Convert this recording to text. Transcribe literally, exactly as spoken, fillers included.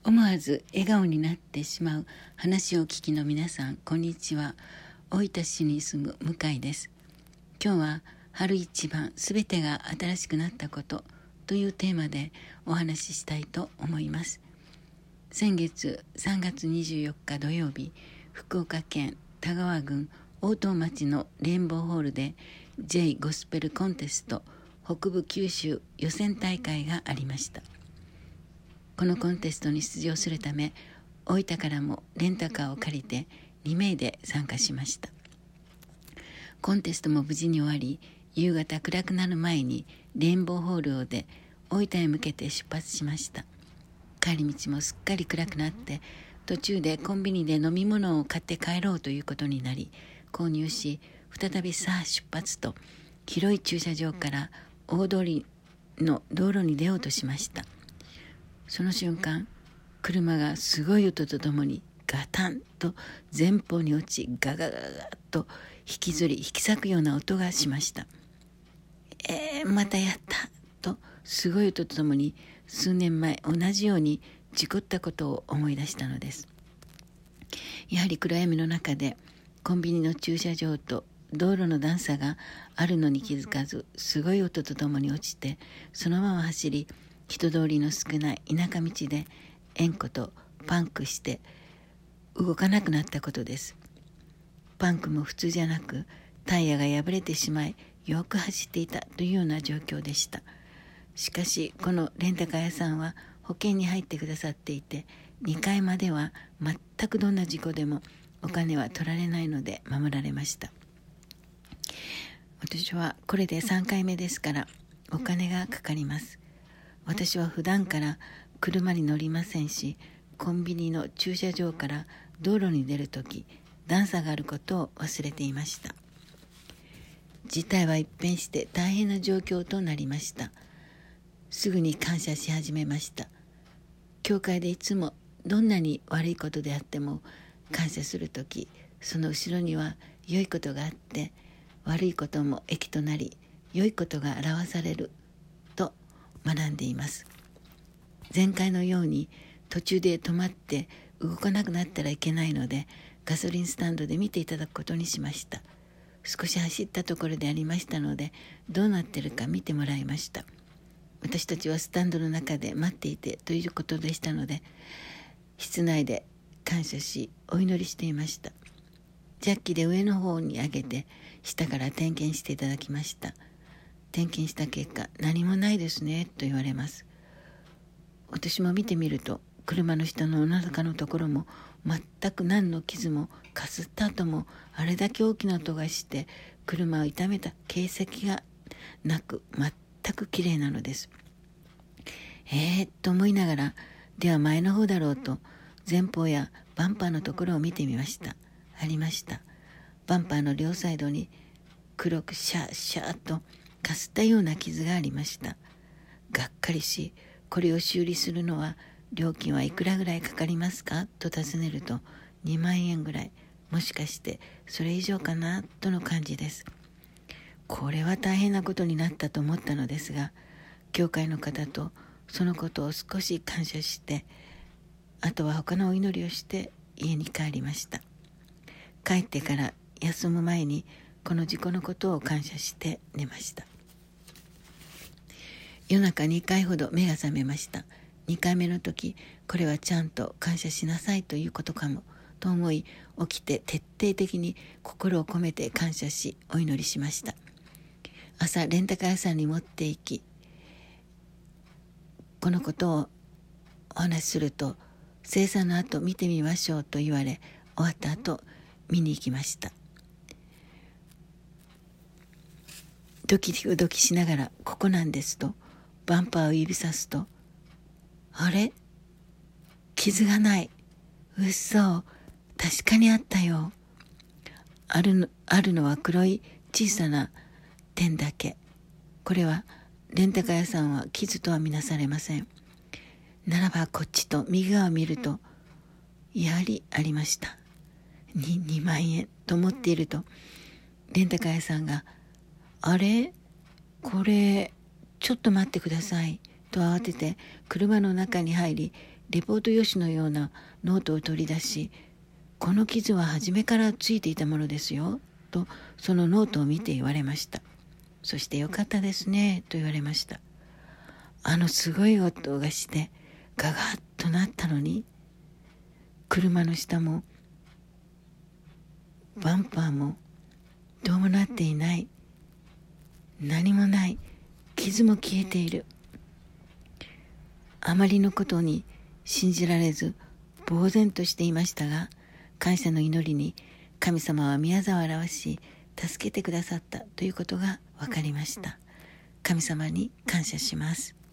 思わず笑顔になってしまう話を聞きの皆さん、こんにちは。大分市に住む向井です。今日は春一番すべてが新しくなったことというテーマでお話ししたいと思います。先月さんがつにじゅうよっか土曜日、福岡県田川郡大東町のレインボーホールで J ゴスペルコンテスト北部九州予選大会がありました。このコンテストに出場するため、大分からもレンタカーを借りてにめいで参加しました。コンテストも無事に終わり、夕方暗くなる前にレインボーホールを出、大分へ向けて出発しました。帰り道もすっかり暗くなって、途中でコンビニで飲み物を買って帰ろうということになり、購入し、再びさあ出発と、広い駐車場から大通りの道路に出ようとしました。その瞬間、車がすごい音とともにガタンと前方に落ち、ガガガガッと引きずり引き裂くような音がしました。えー、またやったとすごい音とともに数年前同じように事故ったことを思い出したのです。やはり暗闇の中でコンビニの駐車場と道路の段差があるのに気づかず、すごい音とともに落ちてそのまま走り、人通りの少ない田舎道で円弧とパンクして動かなくなったことです。パンクも普通じゃなく、タイヤが破れてしまいよく走っていたというような状況でした。しかしこのレンタカー屋さんは保険に入ってくださっていて、にかいまでは全くどんな事故でもお金は取られないので守られました。私はこれでさんかいめですからお金がかかります。私は普段から車に乗りませんし、コンビニの駐車場から道路に出るとき、段差があることを忘れていました。事態は一変して大変な状況となりました。すぐに感謝し始めました。教会でいつもどんなに悪いことであっても感謝するとき、その後ろには良いことがあって、悪いことも益となり、良いことが表されると学んでいます。前回のように途中で止まって動かなくなったらいけないので、ガソリンスタンドで見ていただくことにしました。少し走ったところでありましたので、どうなってるか見てもらいました。私たちはスタンドの中で待っていてということでしたので、室内で感謝しお祈りしていました。ジャッキで上の方に上げて下から点検していただきました。点検した結果、何もないですねと言われます。私も見てみると、車の下のお腹のところも全く何の傷も、かすった後もあれだけ大きな音がして車を傷めた形跡がなく、全くきれいなのです。えーと思いながら、では前の方だろうと前方やバンパーのところを見てみました。ありました。バンパーの両サイドに黒くシャーシャーとかすったような傷がありました。がっかりし、これを修理するのは料金はいくらぐらいかかりますかと尋ねると、にまんえんぐらい、もしかしてそれ以上かなとの感じです。これは大変なことになったと思ったのですが、教会の方とそのことを少し感謝して、あとは他のお祈りをして家に帰りました。帰ってから休む前にこの事故のことを感謝して寝ました。夜中にかいほど目が覚めました。にかいめの時、これはちゃんと感謝しなさいということかもと思い、起きて徹底的に心を込めて感謝しお祈りしました。朝レンタカー屋さんに持って行き、このことをお話しすると、生産の後見てみましょうと言われ、終わった後見に行きました。ドキドキしながら、ここなんですとバンパーを指さすと、あれ、傷がない。うっそ、確かにあったよ。あるの、あるのは黒い小さな点だけ。これはレンタカー屋さんは傷とは見なされません。ならばこっちと右側を見ると、やはりありました。に、にまんえんと思っていると、レンタカー屋さんが、あれ、これちょっと待ってくださいと慌てて車の中に入り、 レポート用紙のようなノートを取り出し、この傷は初めからついていたものですよ、とそのノートを見て言われました。そしてよかったですね、と言われました。あのすごい音がしてガガッとなったのに、車の下もバンパーもどうもなっていない。何もない。傷も消えている。あまりのことに信じられず呆然としていましたが、感謝の祈りに神様は宮沢を表し助けてくださったということが分かりました。神様に感謝します。